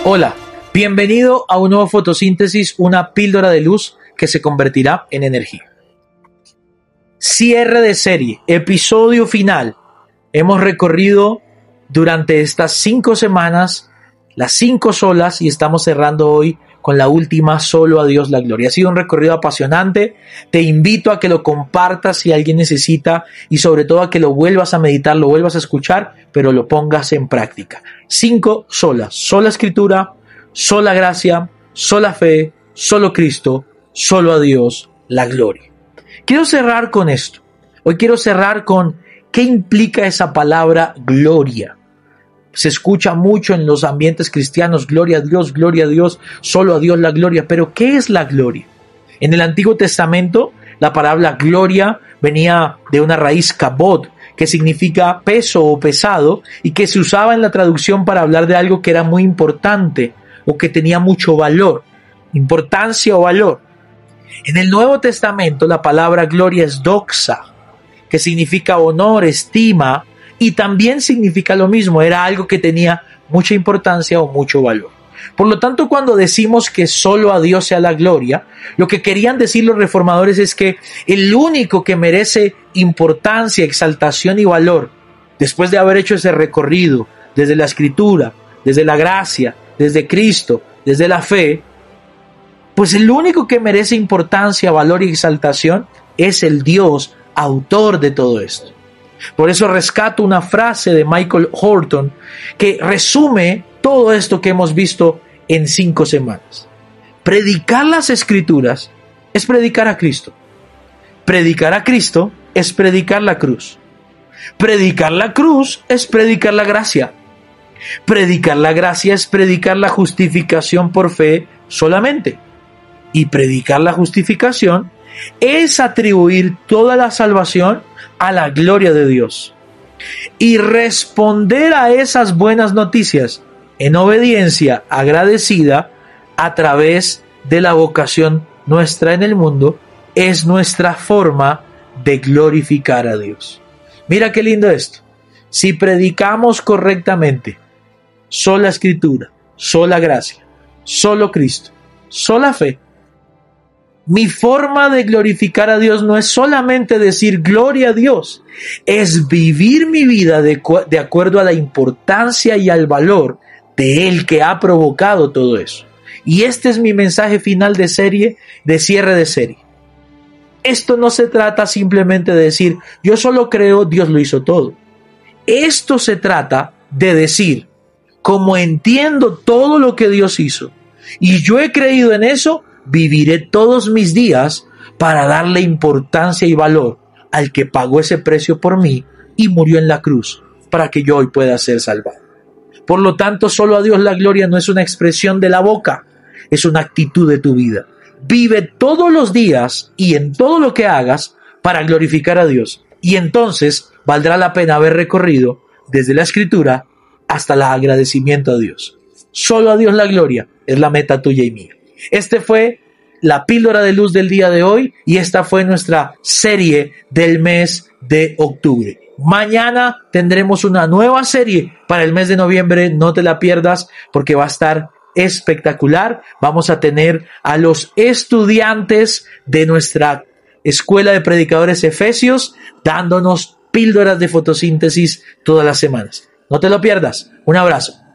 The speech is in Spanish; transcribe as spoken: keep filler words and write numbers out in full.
Hola, bienvenido a un nuevo Fotosíntesis, una píldora de luz que se convertirá en energía. Cierre de serie, episodio final. Hemos recorrido durante estas cinco semanas las cinco solas y estamos cerrando hoy con la última, solo a Dios la gloria. Ha sido un recorrido apasionante. Te invito a que lo compartas si alguien necesita y sobre todo a que lo vuelvas a meditar, lo vuelvas a escuchar, pero lo pongas en práctica. Cinco solas, sola escritura, sola gracia, sola fe, solo Cristo, solo a Dios la gloria. Quiero cerrar con esto. Hoy quiero cerrar con qué implica esa palabra gloria. Se escucha mucho en los ambientes cristianos, gloria a Dios, gloria a Dios, solo a Dios la gloria. Pero ¿qué es la gloria? En el Antiguo Testamento, la palabra gloria venía de una raíz kabod, que significa peso o pesado, y que se usaba en la traducción para hablar de algo que era muy importante o que tenía mucho valor, importancia o valor. En el Nuevo Testamento, la palabra gloria es doxa, que significa honor, estima, y también significa lo mismo, era algo que tenía mucha importancia o mucho valor. Por lo tanto, cuando decimos que solo a Dios sea la gloria, lo que querían decir los reformadores es que el único que merece importancia, exaltación y valor, después de haber hecho ese recorrido desde la Escritura, desde la gracia, desde Cristo, desde la fe, pues el único que merece importancia, valor y exaltación es el Dios autor de todo esto. Por eso rescato una frase de Michael Horton que resume todo esto que hemos visto en cinco semanas. Predicar las Escrituras es predicar a Cristo. Predicar a Cristo es predicar la cruz. Predicar la cruz es predicar la gracia. Predicar la gracia es predicar la justificación por fe solamente. Y predicar la justificación es atribuir toda la salvación a la gloria de Dios. Y responder a esas buenas noticias en obediencia agradecida a través de la vocación nuestra en el mundo es nuestra forma de glorificar a Dios. Mira qué lindo esto. Si predicamos correctamente, sola Escritura, sola gracia, solo Cristo, sola fe, mi forma de glorificar a Dios no es solamente decir gloria a Dios, es vivir mi vida de, de acuerdo a la importancia y al valor de Él que ha provocado todo eso. Y este es mi mensaje final de serie, de cierre de serie. Esto no se trata simplemente de decir, yo solo creo, Dios lo hizo todo. Esto se trata de decir, como entiendo todo lo que Dios hizo, y yo he creído en eso, viviré todos mis días para darle importancia y valor al que pagó ese precio por mí y murió en la cruz para que yo hoy pueda ser salvado. Por lo tanto, solo a Dios la gloria no es una expresión de la boca, es una actitud de tu vida. Vive todos los días y en todo lo que hagas para glorificar a Dios. Y entonces valdrá la pena haber recorrido desde la Escritura hasta el agradecimiento a Dios. Solo a Dios la gloria es la meta tuya y mía. Este fue la píldora de luz del día de hoy y esta fue nuestra serie del mes de octubre. Mañana tendremos una nueva serie para el mes de noviembre, no te la pierdas porque va a estar espectacular. Vamos a tener a los estudiantes de nuestra Escuela de Predicadores Efesios dándonos píldoras de fotosíntesis todas las semanas. No te lo pierdas. Un abrazo.